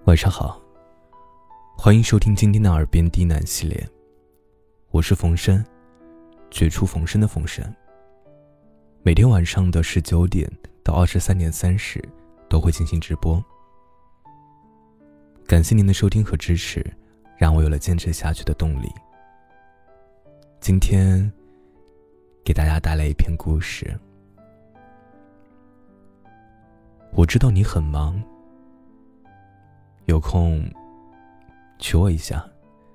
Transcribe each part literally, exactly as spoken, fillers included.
晚上好，欢迎收听今天的耳边低喃系列，我是冯生，绝处逢生的冯生。每天晚上的十九点到二十三点三十都会进行直播。感谢您的收听和支持，让我有了坚持下去的动力。今天给大家带来一篇故事。我知道你很忙，有空娶我一下。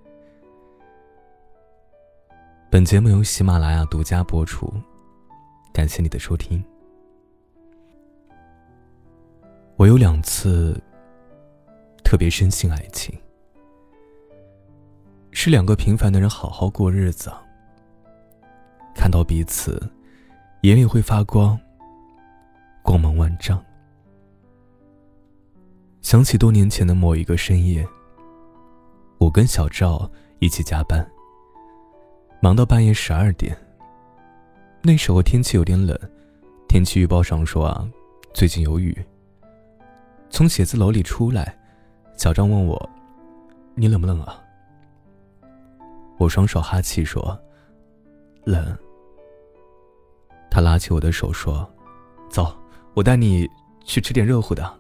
本节目由喜马拉雅独家播出，感谢你的收听。我有两次特别深信爱情，是两个平凡的人好好过日子，看到彼此眼里会发光，光芒万丈。想起多年前的某一个深夜，我跟小赵一起加班，忙到半夜十二点。那时候天气有点冷，天气预报上说啊，最近有雨。从写字楼里出来，小赵问我，你冷不冷啊？我双手哈气说，冷。他拉起我的手说，走，我带你去吃点热乎的。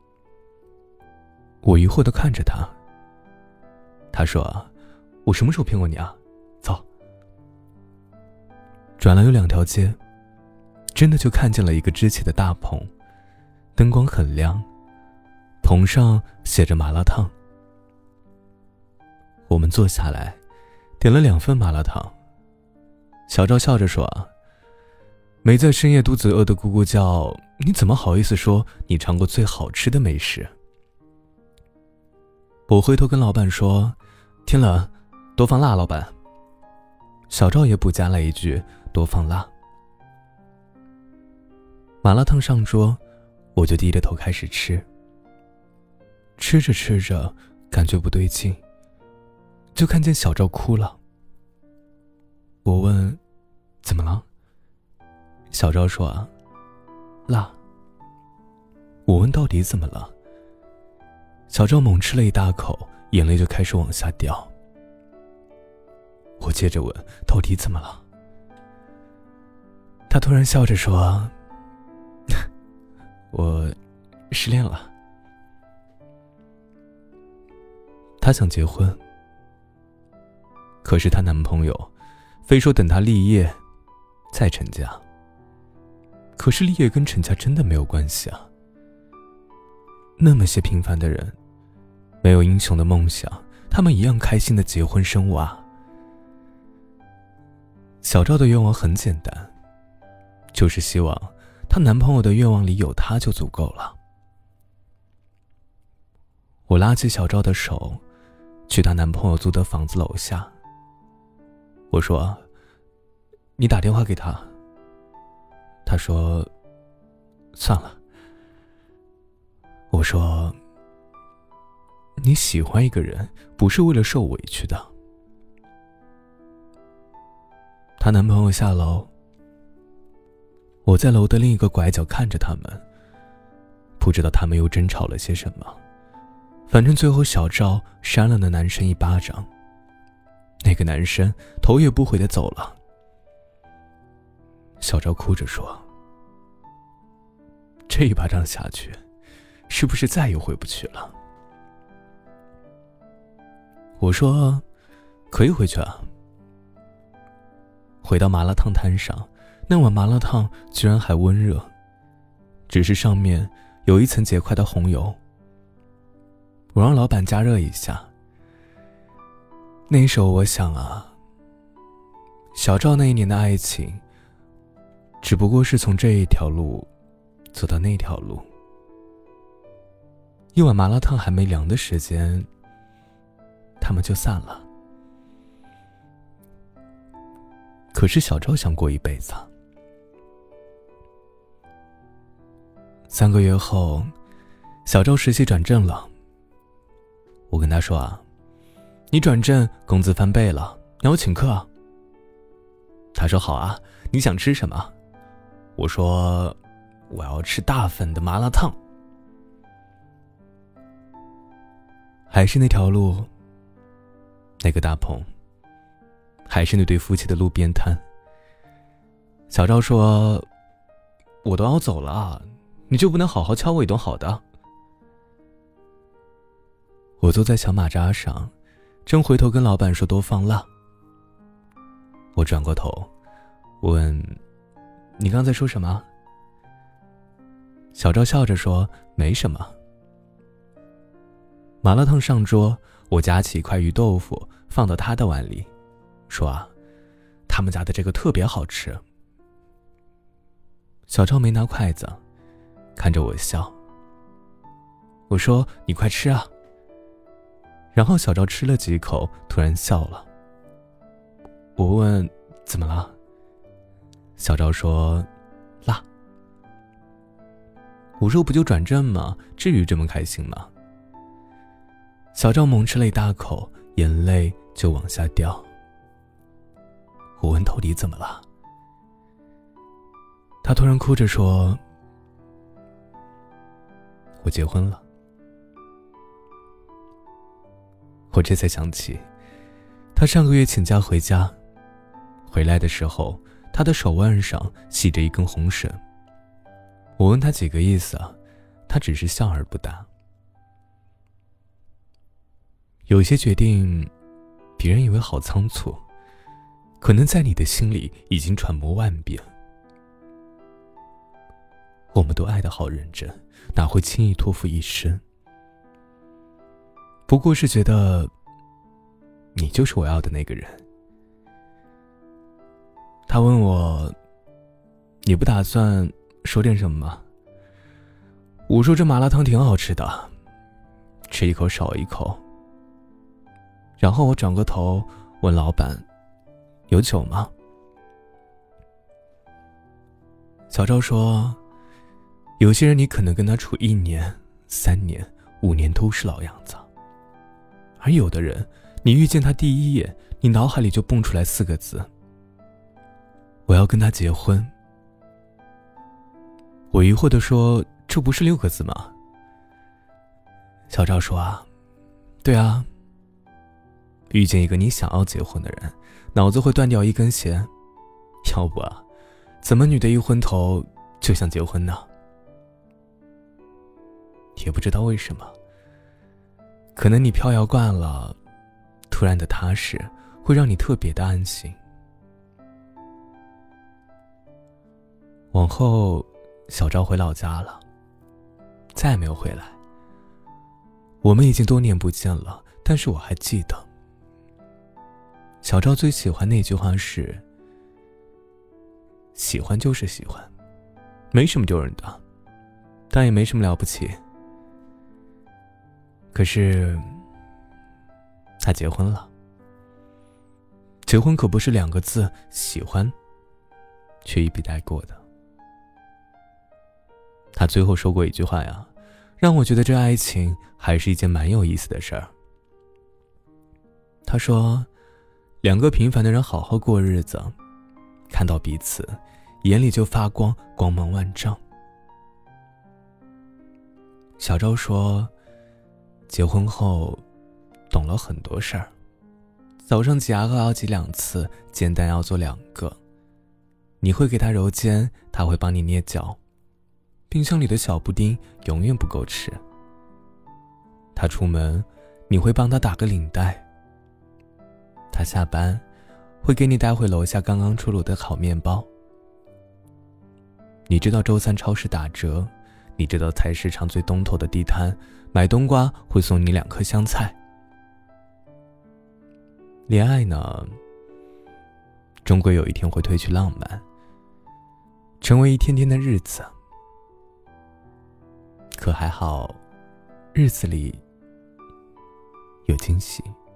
我疑惑地看着他，他说，我什么时候骗过你啊？走。转了有两条街，真的就看见了一个支起的大棚，灯光很亮，棚上写着麻辣烫。我们坐下来点了两份麻辣烫。小赵笑着说，没在深夜肚子饿得咕咕叫，你怎么好意思说你尝过最好吃的美食？我回头跟老板说，天冷，多放辣，老板。小赵也补加了一句，多放辣。麻辣烫上桌，我就低着头开始吃。吃着吃着，感觉不对劲，就看见小赵哭了。我问，怎么了？小赵说啊，辣。我问到底怎么了？小赵猛吃了一大口，眼泪就开始往下掉。我接着问，到底怎么了？他突然笑着说，我失恋了。她想结婚，可是她男朋友非说等她立业再成家。可是立业跟成家真的没有关系啊。那么些平凡的人，没有英雄的梦想，他们一样开心的结婚生娃。小赵的愿望很简单，就是希望她男朋友的愿望里有她就足够了。我拉起小赵的手，去她男朋友租的房子楼下。我说，你打电话给他。他说，算了。我说，你喜欢一个人不是为了受委屈的。她男朋友下楼，我在楼的另一个拐角看着他们，不知道他们又争吵了些什么。反正最后小赵扇了那男生一巴掌，那个男生头也不回地走了。小赵哭着说，这一巴掌下去，是不是再也回不去了？我说，可以回去啊。回到麻辣烫摊上，那碗麻辣烫居然还温热，只是上面有一层结块的红油。我让老板加热一下。那时候我想啊，小赵那一年的爱情，只不过是从这一条路走到那条路。一碗麻辣烫还没凉的时间，他们就散了。可是小赵想过一辈子。三个月后，小赵实习转正了。我跟他说啊，你转正工资翻倍了，让我请客啊。他说好啊，你想吃什么？我说我要吃大份的麻辣烫。 还是那条路，那个大棚，还是那对夫妻的路边摊。小赵说，我都要走了，你就不能好好敲我一顿好的？我坐在小马扎上，正回头跟老板说多放辣。我转过头问，你刚才说什么？小赵笑着说，没什么。麻辣烫上桌，我夹起一块鱼豆腐放到他的碗里，说啊，他们家的这个特别好吃。小赵没拿筷子，看着我笑。我说，你快吃啊。然后小赵吃了几口，突然笑了。我问，怎么了？小赵说，辣。我说，不就转正吗？至于这么开心吗？小赵猛吃了一大口，眼泪就往下掉。我问，到底怎么了？他突然哭着说，我结婚了。我这才想起，他上个月请假回家，回来的时候，他的手腕上系着一根红绳。我问他几个意思啊，他只是笑而不答。有些决定，别人以为好仓促，可能在你的心里已经揣摩万遍。我们都爱得好认真，哪会轻易托付一生？不过是觉得你就是我要的那个人。他问我，你不打算说点什么吗？我说，这麻辣烫挺好吃的，吃一口少一口。然后我转过头问老板，有酒吗？小赵说，有些人你可能跟他处一年、三年、五年都是老样子，而有的人，你遇见他第一眼，你脑海里就蹦出来四个字，我要跟他结婚。我疑惑地说，这不是六个字吗？小赵说啊，对啊，遇见一个你想要结婚的人，脑子会断掉一根弦。要不啊，怎么女的一昏头就想结婚呢？也不知道为什么，可能你飘摇惯了，突然的踏实会让你特别的安心。往后小赵回老家了，再也没有回来。我们已经多年不见了，但是我还记得小赵最喜欢那句话是，喜欢就是喜欢，没什么丢人的，但也没什么了不起。可是他结婚了，结婚可不是两个字喜欢却一笔带过的。他最后说过一句话呀，让我觉得这爱情还是一件蛮有意思的事儿。他说，两个平凡的人好好过日子，看到彼此眼里就发光，光芒万丈。小赵说，结婚后懂了很多事儿，早上挤牙膏要挤两次，煎蛋要做两个，你会给他揉肩，他会帮你捏脚，冰箱里的小布丁永远不够吃，他出门你会帮他打个领带，他下班会给你带回楼下刚刚出炉的烤面包。你知道周三超市打折，你知道菜市场最东头的地摊买冬瓜会送你两颗香菜。恋爱呢，终归有一天会褪去浪漫，成为一天天的日子。可还好，日子里有惊喜。